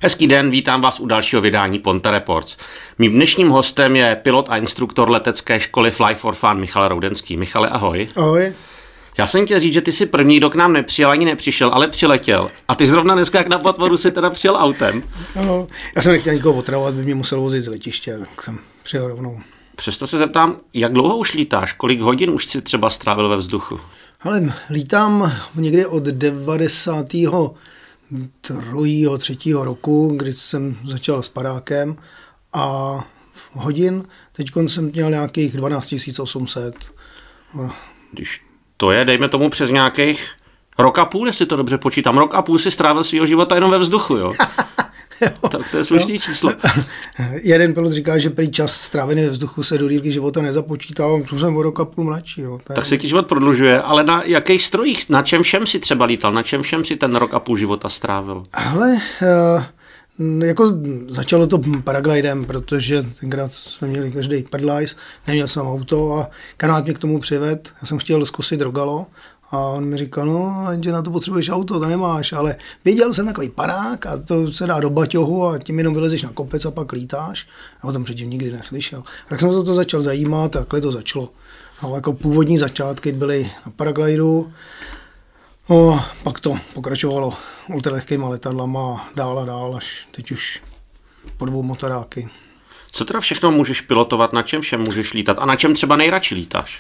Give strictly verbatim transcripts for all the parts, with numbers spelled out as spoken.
Hezký den, vítám vás u dalšího vydání Ponte Reports. Mým dnešním hostem je pilot a instruktor letecké školy Fly for Fun Michal Roudenský. Michale, ahoj. Ahoj. Já jsem chtěl říct, že ty jsi první, kdo k nám nepřijel ani nepřišel, ale přiletěl. A ty zrovna dneska, jak na potvoru, si teda přijel autem. No, já jsem nechtěl nikoho otravovat, by mě musel vozit z letiště, tak jsem přijel rovnou. Přesto se zeptám, jak dlouho už lítáš? Kolik hodin už si třeba strávil ve vzduchu? Ale lítám někdy od devadesátého druhého třetího roku, kdy jsem začal s padákem, a hodin, teď jsem měl nějakých dvanáct tisíc osm set. Když to je, dejme tomu přes nějakých rok a půl, jestli to dobře počítám. Rok a půl si strávil svýho života jenom ve vzduchu, jo? Jo, tak to je slušný číslo. Jeden pilot říká, že prý čas strávený ve vzduchu se do délky života nezapočítá, tu jsem o rok a půl mladší. Jo. Tak, tak se ti život prodlužuje, ale na jakých strojích, na čem všem si třeba lítal, na čem všem si ten rok a půl života strávil? Ale jako začalo to paraglidem, protože tenkrát jsme měli každý pedlajs, neměl jsem auto a kamarád mě k tomu přived, já jsem chtěl zkusit rogalo. A on mi říkal, no, že na to potřebuješ auto, to nemáš, ale viděl jsem takový parák a to se dá do baťohu a tím jenom vylezeš na kopec a pak lítáš. Já o tom předtím nikdy neslyšel. Tak jsem se to začal zajímat a takhle to začalo. No, jako původní začátky byly na paraglidu, no, pak to pokračovalo ultralehkýma letadlama dál a dál, až teď už po dvou motoráky. Co teda všechno můžeš pilotovat, na čem všem můžeš lítat a na čem třeba nejradši lítáš?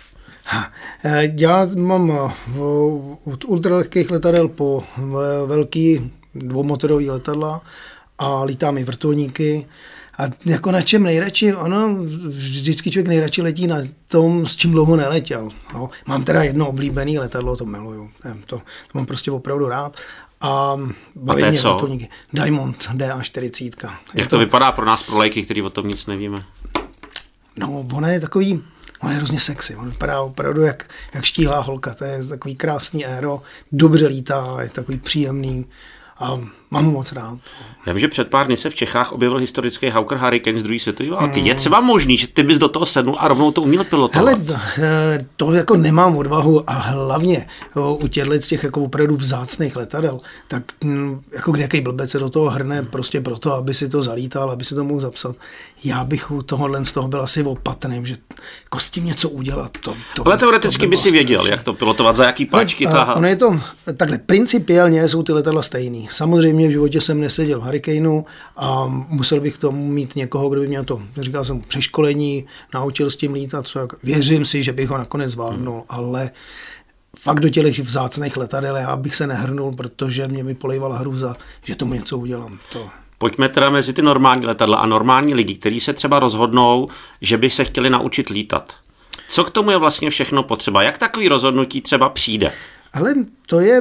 Já mám od ultralehkých letadel po velký dvoumotorový letadla a lítám i vrtulníky. A jako na čem nejradši, ono vždycky člověk nejradši letí na tom, s čím dlouho neletěl. No, mám teda jedno oblíbené letadlo, to miluju, to, to mám prostě opravdu rád. A, a to je co? Vrtulníky. Diamond D A čtyřicet. Jak to, to vypadá pro nás, pro lajky, kteří o tom nic nevíme? No, ono je takový, on je hrozně sexy, on vypadá opravdu jak, jak štíhlá holka, to je takový krásný aero, dobře lítá, je takový příjemný a mám ho moc rád. Já vím, že před pár dny se v Čechách objevil historický Hawker Hurricane z druhé světové války. Mm. Je třeba možný, že ty bys do toho sednul a rovnou to uměl pilotovat? Hele, to jako nemám odvahu a hlavně u těchto z těch jako opravdu vzácných letadel, tak jako kdejaký blbec se do toho hrne prostě proto, aby si to zalítal, aby si to mohl zapsat. Já bych u tohohle z toho byl asi opatrný, že jako s tím něco udělat. To, to Ale teoreticky by si věděl, jak to pilotovat, za jaký páčky tahat. Ono je to, takhle, principiálně jsou ty letadla stejný. Samozřejmě v životě jsem neseděl v Hurricaneu a musel bych k tomu mít někoho, kdo by mě to, říkal jsem, přeškolení, naučil s tím lítat, co jak, věřím si, že bych ho nakonec zvládnul, hmm. ale fakt do těch vzácných letadel já bych se nehrnul, protože mě by polejvala hrůza, že tomu něco udělám. To. Pojďme teda mezi ty normální letadla a normální lidi, kteří se třeba rozhodnou, že by se chtěli naučit lítat. Co k tomu je vlastně všechno potřeba? Jak takový rozhodnutí třeba přijde? Ale to je...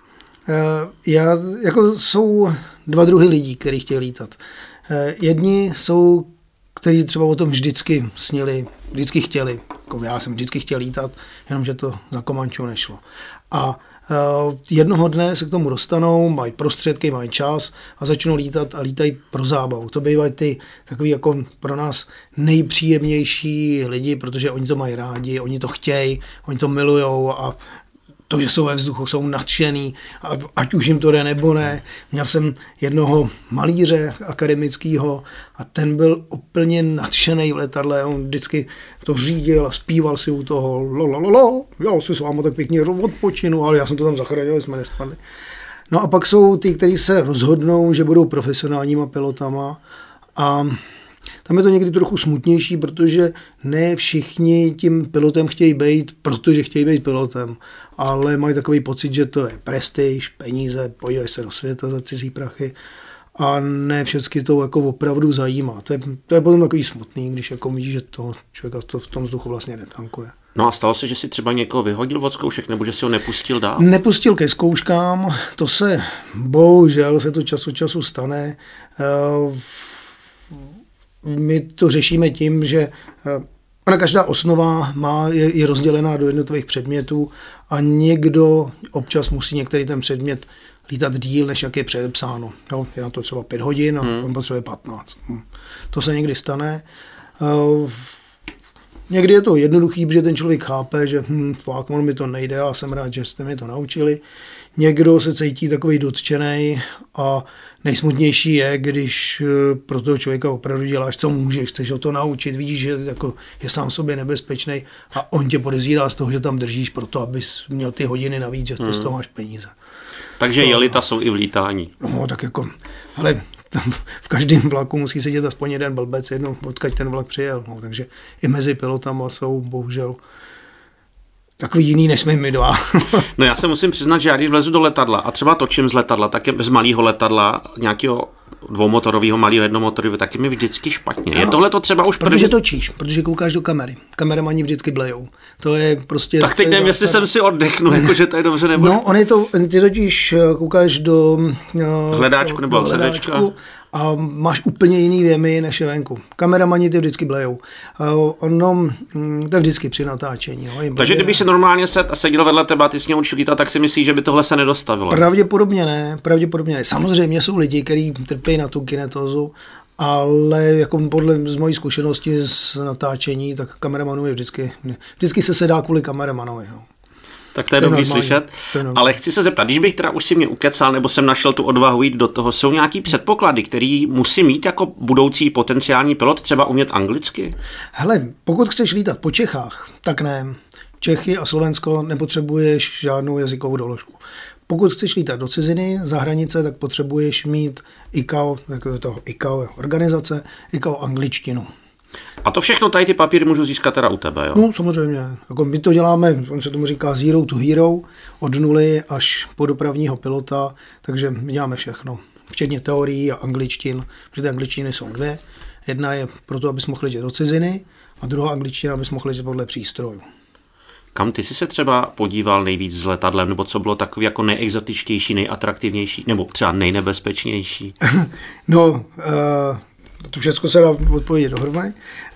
Já, jako jsou dva druhy lidí, kteří chtějí lítat. Jedni jsou, kteří třeba o tom vždycky snili, vždycky chtěli. Jako já jsem vždycky chtěl lítat, jenomže to za Komančů nešlo. A jednoho dne se k tomu dostanou, mají prostředky, mají čas a začnou lítat a lítají pro zábavu. To bývají ty takový jako pro nás nejpříjemnější lidi, protože oni to mají rádi, oni to chtějí, oni to milujou a to, že jsou ve vzduchu, jsou nadšený, ať už jim to jde nebo ne. Měl jsem jednoho malíře akademického a ten byl úplně nadšený v letadle, on vždycky to řídil a zpíval si u toho lolololo, já si s váma tak pěkně odpočinu, ale já jsem to tam zachránil, jsme nespadli. No a pak jsou ty, kteří se rozhodnou, že budou profesionálníma pilotama a tam je to někdy trochu smutnější, protože ne všichni tím pilotem chtějí být, protože chtějí být pilotem, ale mají takový pocit, že to je prestiž, peníze, podívají se do světa za cizí prachy a ne všechny to jako opravdu zajímá. To je, to je potom takový smutný, když jako vidíš, že toho člověka to v tom vzduchu vlastně netankuje. No a stalo se, že si třeba někoho vyhodil od zkoušek, nebo že si ho nepustil dál? Nepustil ke zkouškám, to se bohužel se to čas od času stane. My to řešíme tím, že ona každá osnova má, je, je rozdělená do jednotlivých předmětů a někdo občas musí některý ten předmět lítat díl, než jak je předepsáno. Jo, je na to třeba pět hodin a hmm. on potřebuje patnáct. To se někdy stane. někdy je to jednoduchý, protože ten člověk chápe, že hm, fakt, on mi to nejde a jsem rád, že jste mi to naučili. Někdo se cítí takový dotčenej a nejsmutnější je, když pro toho člověka opravdu děláš, co můžeš, chceš ho to naučit, vidíš, že jako je sám sobě nebezpečný a on tě podezírá z toho, že tam držíš proto, abys měl ty hodiny navíc, že hmm. z toho máš peníze. Takže to, jelita jsou i v lítání. No, tak jako, ale v každém vlaku musí sedět aspoň jeden blbec, jednou, odkud ten vlak přijel. No, takže i mezi pilotama jsou bohužel takový jiný, než jsme my dva. No já se musím přiznat, že já když vlezu do letadla a třeba točím z letadla, tak je z malého letadla, nějakého dvoumotorového, malého jednomotorového, tak je mi vždycky špatně. Je tohle to třeba už Protože první... točíš, protože koukáš do kamery. Kameramani vždycky blejou. To je prostě... Tak teď nevím, jestli jsem si oddechnu, jako že to je dobře nebo... No, on je to, ty totiž koukáš do... Hledáčku nebo do hledáčka. A máš úplně jiný věmy než je venku. Kameramani ty vždycky blejou. Ono, to je vždycky při natáčení. Jo. Takže kdyby si normálně sed a seděl vedle tebe a ty s ním učil lítat, tak si myslíš, že by tohle se nedostavilo? Pravděpodobně ne, pravděpodobně ne. Samozřejmě jsou lidi, kteří trpí na tu kinetózu, ale jako podle z mojí zkušenosti z natáčení, tak kameramanů je vždycky, vždycky se sedá kvůli kameramanovi. Jo. Tak to je, to je dobrý normální. Slyšet, ale chci se zeptat, když bych teda už si mě ukecal, nebo jsem našel tu odvahu jít do toho, jsou nějaký předpoklady, který musí mít jako budoucí potenciální pilot, třeba umět anglicky? Hele, pokud chceš lítat po Čechách, tak ne. Čechy a Slovensko nepotřebuješ žádnou jazykovou doložku. Pokud chceš lítat do ciziny, za hranice, tak potřebuješ mít I C A O, jako to I C A O organizace, I C A O angličtinu. A to všechno tady ty papíry můžu získat teda u tebe, jo? No samozřejmě. Jako my to děláme, on se tomu říká zero to hero, od nuly až po dopravního pilota, takže my děláme všechno. Včetně teorií a angličtin, protože ty angličtiny jsou dvě. Jedna je proto, abys mohl letět do ciziny a druhá angličtina, abys mohl letět podle přístrojů. Kam ty jsi se třeba podíval nejvíc s letadlem, nebo co bylo takový jako nejexotičtější, nejatraktivnější, nebo třeba nejnebezpečnější? No, uh... To všechno se dá odpovědět dohromady.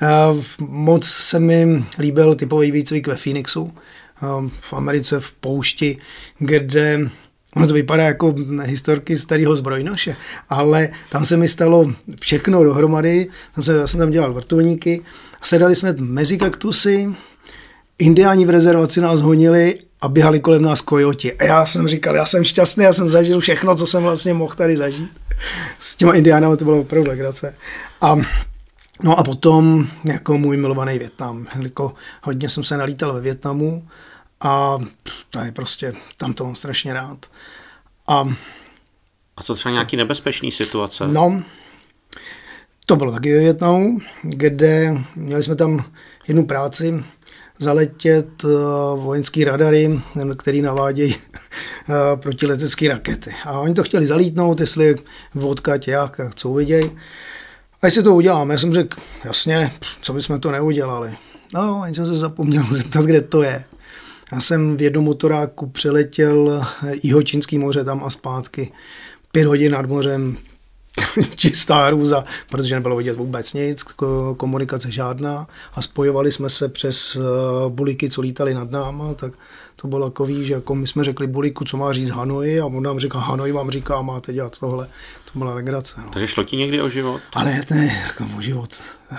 Moc se mi líbil typový výcvik ve Phoenixu, v Americe v poušti, kde ono to vypadá jako historky starého zbrojnoše, ale tam se mi stalo všechno dohromady. Tam se, já jsem tam dělal vrtulníky, sedali jsme mezi kaktusy, indiáni v rezervaci nás honili a běhali kolem nás kojoti. A já jsem říkal, já jsem šťastný, já jsem zažil všechno, co jsem vlastně mohl tady zažít. S těma indiánama to bylo opravdu legrace. A, no a potom jako můj milovaný Vietnam. Jako hodně jsem se nalítal ve Vietnamu a to je prostě, tam to mám strašně rád. A, a co třeba nějaký nebezpečný situace? No, to bylo taky ve Vietnamu, kde měli jsme tam jednu práci, zaletět vojenský radary, který navádějí protiletecké rakety. A oni to chtěli zalítnout, jestli odkud, jak, co uvidějí. A jestli to uděláme, já jsem řekl, jasně, co bychom to neudělali. No, ani jsem se zapomněl zeptat, kde to je. Já jsem v jednom motoráku přeletěl Jihočínský moře tam a zpátky. Pět hodin nad mořem, čistá hrůza, protože nebylo vidět vůbec nic, komunikace žádná a spojovali jsme se přes buliky, co lítali nad náma, tak to bylo takový, že jako my jsme řekli buliku, co má říct Hanoi a on nám říká, Hanoi vám říká, máte dělat tohle. To byla legrace. No. Takže šlo ti někdy o život? Ale ne, jako o život.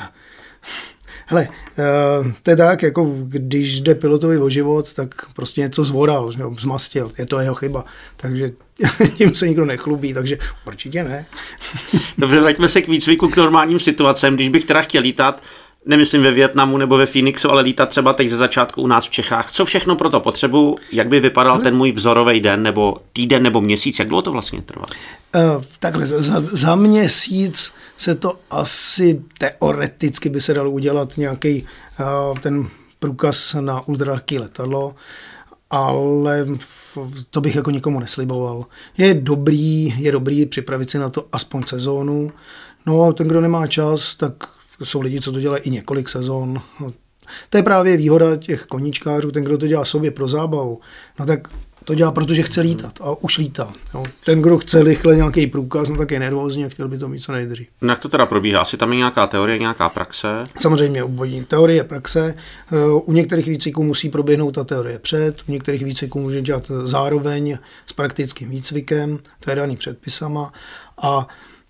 Hele, to je tak, jako když jde pilotovi o život, tak prostě něco zvoral, zmastil, je to jeho chyba, takže tím se nikdo nechlubí, takže určitě ne. Dobře, vraťme se k výcviku, k normálním situacím, když bych teda chtěl lítat, nemyslím ve Vietnamu nebo ve Phoenixu, ale lítat třeba teď ze začátku u nás v Čechách. Co všechno pro to potřebuju? Jak by vypadal ale... ten můj vzorový den, nebo týden, nebo měsíc? Jak dlouho to vlastně trvá? Uh, takhle, za, za měsíc se to asi teoreticky by se dalo udělat nějaký uh, ten průkaz na ultralehký letadlo, ale to bych jako nikomu nesliboval. Je dobrý, je dobrý připravit si na to aspoň sezónu. No a ten, kdo nemá čas, tak jsou lidi, co to dělají i několik sezon. No, to je právě výhoda těch koníčkářů, ten, kdo to dělá sobě pro zábavu, no tak to dělá, protože chce lítat a už lítá. No, ten, kdo chce rychle nějaký průkaz, no tak je nervózní a chtěl by to mít co nejdřív. No jak to teda probíhá? Asi tam je nějaká teorie, nějaká praxe? Samozřejmě obojí. Teorie, praxe. U některých výcviků musí proběhnout ta teorie před, u některých výcviků může dělat zároveň s praktickým výcvikem, to je daný předpisama a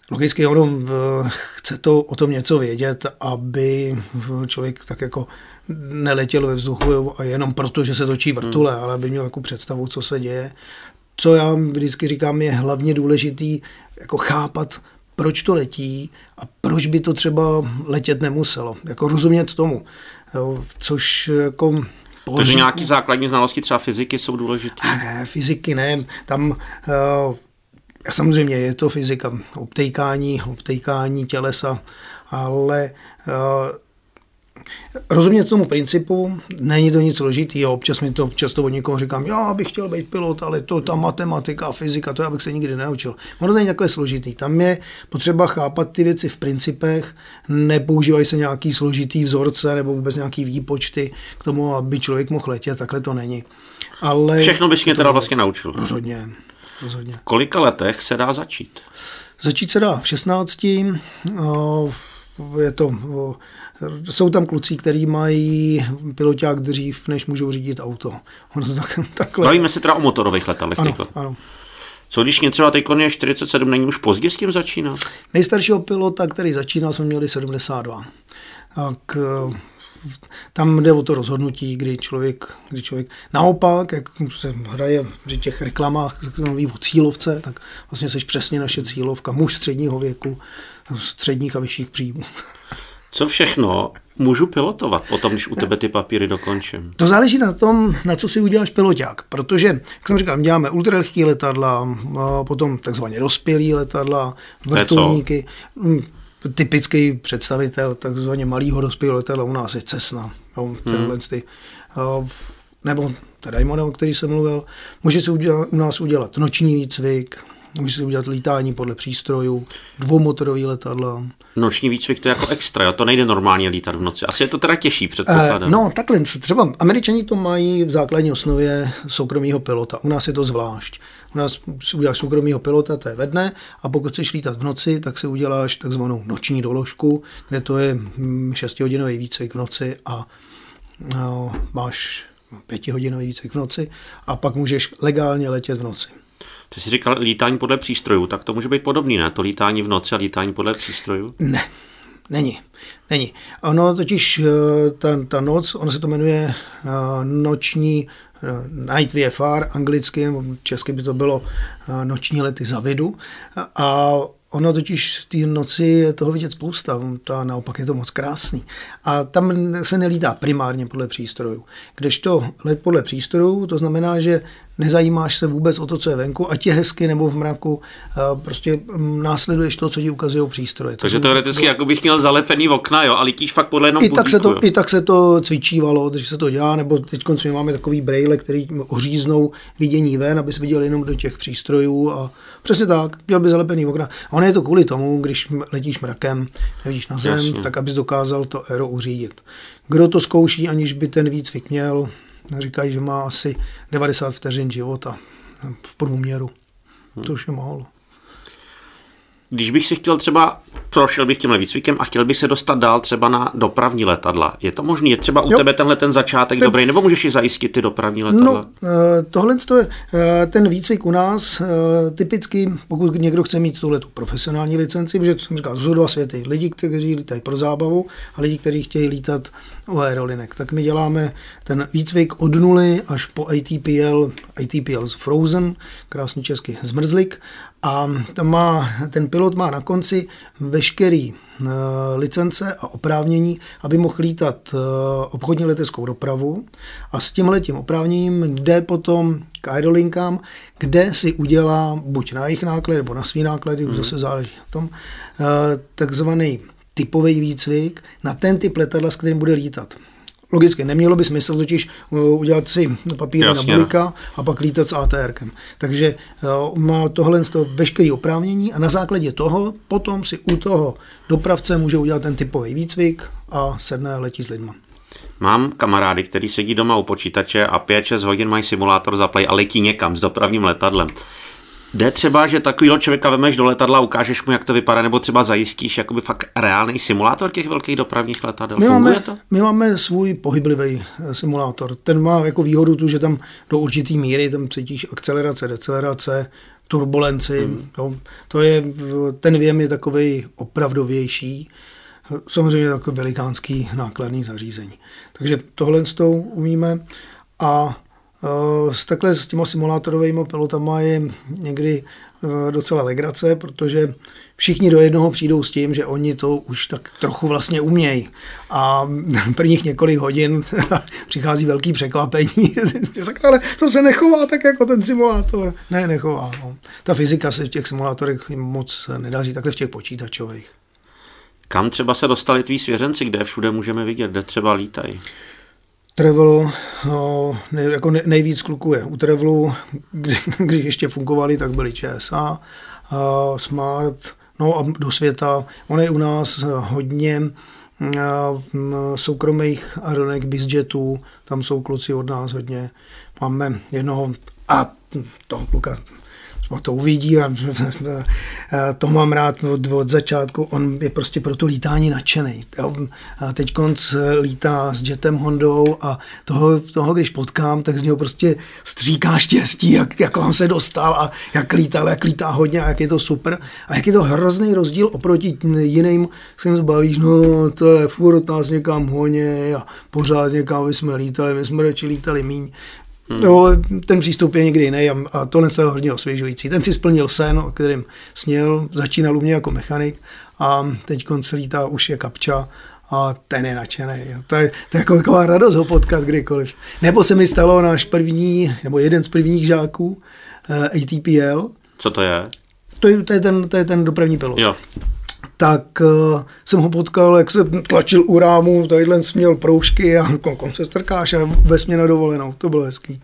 logicky ono chce to o tom něco vědět, aby člověk tak jako neletěl ve vzduchu a jenom proto, že se točí vrtule, hmm. ale aby měl jako představu, co se děje. Co já vždycky říkám, je hlavně důležitý jako chápat, proč to letí a proč by to třeba letět nemuselo. Jako rozumět tomu, jo, což jako... Takže nějaké základní znalosti třeba fyziky jsou důležité? A ne, fyziky ne. Tam uh, samozřejmě je to fyzika, obtejkání, obtejkání tělesa, ale uh, rozumět tomu principu, není to nic složitýho. Občas mi to často od někoho říkám, já bych chtěl být pilot, ale to ta matematika a fyzika, to já bych se nikdy neučil. Ono to není takhle složitý. Tam je potřeba chápat ty věci v principech, nepoužívají se nějaký složitý vzorce nebo vůbec nějaký výpočty k tomu, aby člověk mohl letět, takhle to není. Ale všechno bys mě teda vlastně naučil. Rozhodně. rozhodně. V kolika letech se dá začít? Začít se dá v šestnácti. Je to, jsou tam kluci, kteří mají piloťák dřív, než můžou řídit auto. Ono to tak, takhle. Bavíme se teda o motorových letadlech. Ano, ano. Co když mě třeba teď je čtyřicet sedm, není už pozdě s tím začínat? Nejstaršího pilota, který začínal, jsme měli sedmdesát dva. Tak tam jde o to rozhodnutí, kdy člověk, kdy člověk naopak, jak se hraje v těch reklamách o cílovce, tak vlastně seš přesně naše cílovka, muž středního věku, středních a vyšších příjmů. Co všechno můžu pilotovat potom, když u tebe ty papíry dokončím? To záleží na tom, na co si uděláš piloťák, protože, jak jsem říkal, děláme ultralehký letadla, potom takzvaně rozpělý letadla, vrtulníky. Typický představitel takzvaně malého rozpělého letadla u nás je Cessna. Jo, hmm. ty, nebo Daimon, o který jsem mluvil. Může se udělat, u nás udělat noční výcvik, může se udělat lítání podle přístrojů, dvoumotorový letadla. Noční výcvik to je jako extra, jo? To nejde normálně lítat v noci. Asi je to teda těžší, předpokládám. Eh, no takhle, třeba Američani to mají v základní osnově soukromého pilota. U nás je to zvlášť. U nás si uděláš soukromého pilota, to je ve dne, a pokud chceš lítat v noci, tak si uděláš takzvanou noční doložku, kde to je šestihodinový výcvik v noci a no, máš pětihodinový výcvik v noci a pak můžeš legálně letět v noci. Ty jsi říkal lítání podle přístrojů, tak to může být podobný, ne? To lítání v noci a lítání podle přístrojů? Ne, není. Není. Ono totiž, ta, ta noc, ono se to jmenuje noční Night V F R, anglicky, česky by to bylo noční lety za vidu. A ono totiž v té noci je toho vidět spousta, to naopak je to moc krásný. A tam se nelítá primárně podle přístrojů. Kdežto let podle přístrojů, to znamená, že nezajímáš se vůbec o to, co je venku, ať je hezky nebo v mraku, prostě následuješ to, co ti ukazují přístroje. Takže to teoreticky jako bych měl zalepený okna, jo, a lítíš fakt podle jenom I tak, se to, jo. I tak se to cvičívalo, že se to dělá, nebo teď my máme takový brejle, který oříznou vidění ven, abys viděl jenom do těch přístrojů a přesně tak, měl by zalepený okna. A ono je to kvůli tomu, když letíš mrakem, nevidíš na zem, jasně, tak abys dokázal to aero uřídit. Kdo to zkouší, aniž by ten výcvik měl, říkají, že má asi devadesát vteřin života v průměru, což je málo. Když bych si chtěl třeba, prošel bych tímhle výcvikem a chtěl bych se dostat dál třeba na dopravní letadla, je to možné? Je třeba u jo. tebe tenhle ten začátek Te... dobrý, nebo můžeš si zajistit ty dopravní letadla? No, tohle je ten výcvik u nás typicky, pokud někdo chce mít tuhle tu profesionální licenci, protože jsem říkal, to jsou dva světy, lidi, kteří lítají pro zábavu a lidi, kteří chtějí lítat u aerolinek, tak my děláme ten výcvik od nuly až po A T P L, A T P L Frozen, krásný česky zmrzlik, a tam má, ten pilot má na konci veškerý uh, licence a oprávnění, aby mohl lítat uh, obchodní leteckou dopravu, a s tímhletím oprávněním jde potom k aerolinkám, kde si udělá buď na jejich náklady nebo na svý náklady, už mm. zase záleží na tom, uh, takzvaný typový výcvik na ten typ letadla, s kterým bude lítat. Logicky, nemělo by smysl totiž udělat si papíry na bulika a pak lítat s A T R kem. Takže uh, má tohle z toho veškeré oprávnění a na základě toho potom si u toho dopravce může udělat ten typový výcvik a sedne a letí s lidma. Mám kamarády, kteří sedí doma u počítače a pět šest hodin mají simulátor zaplay a letí někam s dopravním letadlem. Jde třeba, že takovýho člověka vemeš do letadla, ukážeš mu, jak to vypadá, nebo třeba zajistíš jakoby fakt reálný simulátor těch velkých dopravních letadel. My Funguje máme, to? My máme svůj pohyblivý simulátor. Ten má jako výhodu tu, že tam do určitý míry tam cítíš akcelerace, decelerace, turbulenci. Hmm. Jo. To je, ten věm je takovej opravdovější. Samozřejmě takový velikánský nákladný zařízení. Takže tohle s tou umíme a s takhle s těma simulátorovými pilotama je někdy docela legrace, protože všichni do jednoho přijdou s tím, že oni to už tak trochu vlastně umějí. A prvních několik hodin přichází velký překvapení, ale to se nechová tak jako ten simulátor. Ne, nechová. No. Ta fyzika se v těch simulátorech moc nedaří, takhle v těch počítačových. Kam třeba se dostali tví svěřenci, kde všude můžeme vidět, kde třeba lítají? Travel, no, nej, jako nejvíc klukuje. U Travelu, kdy, když ještě fungovali, tak byli ČSA, uh, Smart, no a do světa. On je u nás hodně uh, soukromých aeronek, bizjetů, tam jsou kluci od nás hodně. Máme jednoho, a toho kluka, to uvidí a to mám rád od, od začátku. On je prostě pro to lítání nadšený. Teď konc lítá s jetem Hondou a toho, toho, když potkám, tak z něho prostě stříká štěstí, jak, jak on se dostal a jak lítal, jak lítá hodně a jak je to super. A jak je to hrozný rozdíl oproti jiným, s kterým se bavíš, no to je furt nás někam honě a pořád někam my jsme lítali, my jsme radši lítali míň. Hmm. No, ten přístup je někdy jiný a, a tohle je hodně osvěžující. Ten si splnil sen, o kterém sněl, začínal u mě jako mechanik a teď konce lítá už je kapča a ten je nadšený. To je, to je jako taková radost ho potkat kdykoliv. Nebo se mi stalo náš první, nebo jeden z prvních žáků, A T P L. Co to je? To je, to je, ten, to je ten dopravní pilot. Jo. Tak uh, jsem ho potkal, jak se tlačil u rámu, tadyhle směl proužky a kom se strkáš a ves mě na dovolenou. To bylo hezký.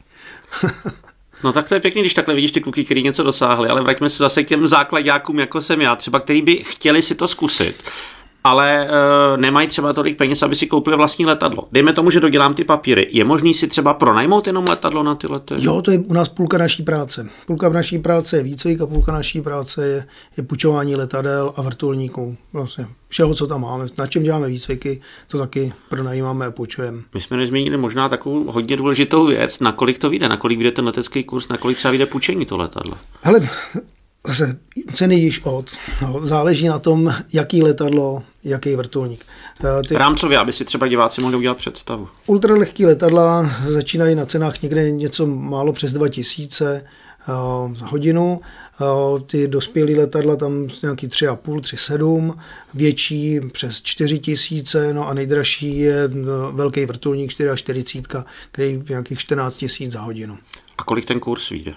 No tak to je pěkný, když takhle vidíš ty kluky, kteří něco dosáhli, ale vraťme se zase k těm základňákům, jako jsem já, třeba který by chtěli si to zkusit, ale e, nemají třeba tolik peněz, aby si koupili vlastní letadlo. Dejme tomu, že dodělám ty papíry. Je možný si třeba pronajmout jenom letadlo na ty lety? Jo, to je u nás půlka naší práce. Půlka naší práce je výcvik a půlka naší práce je, je půjčování letadel a vrtulníků. Vlastně všeho, co tam máme. Na čem děláme výcviky, to taky pronajímáme a půjčujeme. My jsme nezmínili možná takovou hodně důležitou věc, na kolik to vyjde, na kolik vyjde ten letecký kurz, na kolik třeba vyjde půjčení to letadlo. Hele, zase ceny již od. No, záleží na tom, jaký letadlo, jaký vrtulník. Ty... Rámcově, aby si třeba diváci mohli udělat představu. Ultralehký letadla začínají na cenách někde něco málo přes dva tisíce za hodinu. Ty dospělé letadla tam nějaký tři a půl, tři sedm, větší přes čtyři tisíce, no a nejdražší je velký vrtulník čtyřicet čtyři, který je nějakých čtrnáct tisíc za hodinu. A kolik ten kurz vyjde?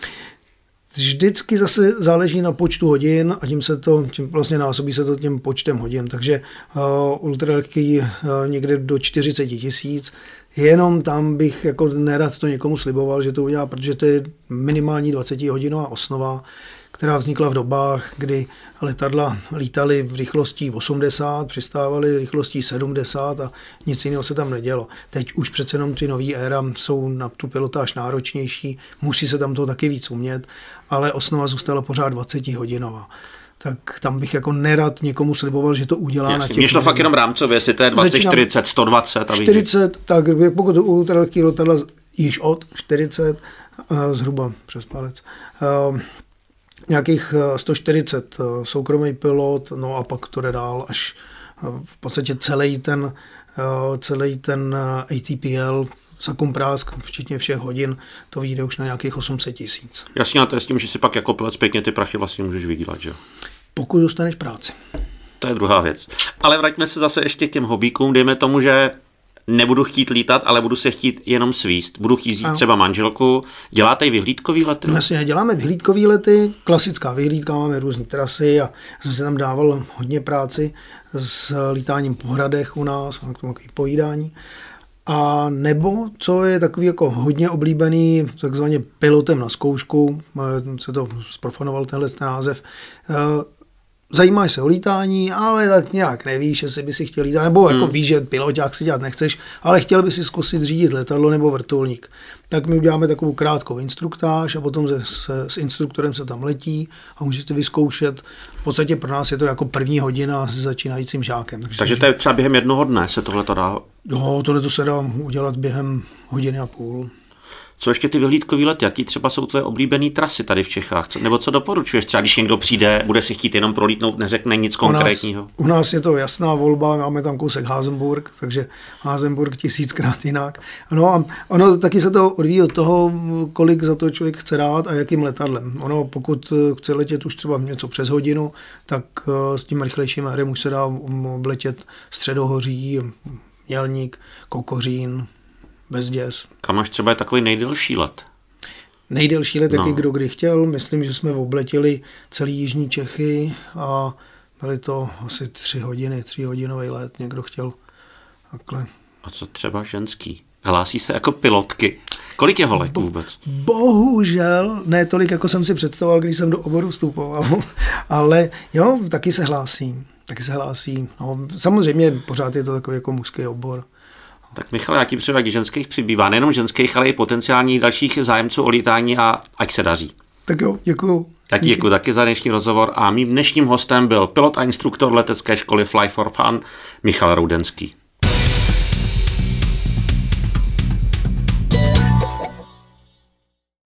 Vždycky zase záleží na počtu hodin a tím se to, tím vlastně násobí se to tím počtem hodin, takže uh, ultralehký uh, někde do čtyřicet tisíc, jenom tam bych jako nerad to někomu sliboval, že to udělá, protože to je minimální dvacetihodinová osnova, která vznikla v dobách, kdy letadla lítaly v rychlosti osmdesát, přistávaly rychlostí sedmdesát a nic jiného se tam nedělo. Teď už přece jenom ty nový éra jsou na tu pilotáž náročnější, musí se tam to taky víc umět, ale osnova zůstala pořád dvacetihodinová. Tak tam bych jako nerad někomu sliboval, že to udělá. Jasně, na těch... Mě šlo fakt jenom rámcově, jestli to je dvacet, čtyřicet, sto dvacet. A čtyřicet, tak pokud ultralehký letadla již od čtyřicet, zhruba přes palec. Nějakých sto čtyřicet soukromý pilot, no a pak to jde dál až v podstatě celý ten, celý ten A T P L sakumprásk, včetně všech hodin, to vyjde už na nějakých osm set tisíc. Jasně, a to je s tím, že si pak jako pilot zpětně ty prachy vlastně můžeš vydělat, že jo? Pokud dostaneš práci. To je druhá věc. Ale vraťme se zase ještě k těm hobíkům, dejme tomu, že nebudu chtít lítat, ale budu se chtít jenom svíst. Budu chtít jít třeba manželku. Děláte i vyhlídkový lety? No jasně, děláme vyhlídkový lety, klasická vyhlídka, máme různé trasy a jsem se tam dával hodně práci s lítáním po hradech u nás, máme k tomu takový pojídání. A nebo, co je takový jako hodně oblíbený, takzvaně pilotem na zkoušku, se to zprofanoval tenhle název, zajímáš se o lítání, ale tak nějak nevíš, jestli by si chtěl lítat, nebo jako hmm. víš, že piloťák si dělat nechceš, ale chtěl by si zkusit řídit letadlo nebo vrtulník. Tak my uděláme takovou krátkou instruktáž a potom se, se, s instruktorem se tam letí a můžete vyzkoušet. V podstatě pro nás je to jako první hodina s začínajícím žákem. Takže, Takže to je třeba během jednoho dne se tohle to dá? Jo, tohle to se dá udělat během hodiny a půl. Co ještě ty vyhlídkový lety? Jaký třeba jsou tvoje oblíbené trasy tady v Čechách? Co, nebo co doporučuješ? Třeba když někdo přijde, bude si chtít jenom prolítnout, neřekne nic konkrétního. U nás, u nás je to jasná volba, máme tam kousek Hasenburg, takže Hasenburg tisíckrát jinak. No a ono taky se to odvíjí od toho, kolik za to člověk chce dát a jakým letadlem. Ono pokud chce letět už třeba něco přes hodinu, tak s tím rychlejším aérem už se dá obletět Středohoří, Mělník, Kokořín, Bezděs. Kam až třeba je takový nejdelší let? Nejdelší let, jaký no. kdo kdy chtěl. Myslím, že jsme obletěli celý jižní Čechy a byly to asi tři hodiny, tříhodinový let, někdo chtěl takhle. A co třeba ženský? Hlásí se jako pilotky. Kolik je holek vůbec? Bohužel, ne tolik, jako jsem si představoval, když jsem do oboru vstupoval, ale jo, taky se hlásí. Taky se hlásí. No, samozřejmě pořád je to takový jako mužský obor. Tak Michale, já ti přeju, jak ženských přibývá, nejenom ženských, ale i potenciálních dalších zájemců o lítání a ať se daří. Tak jo, děkuju. Já ti děkuju taky za dnešní rozhovor a mým dnešním hostem byl pilot a instruktor letecké školy Fly for Fun Michal Roudenský.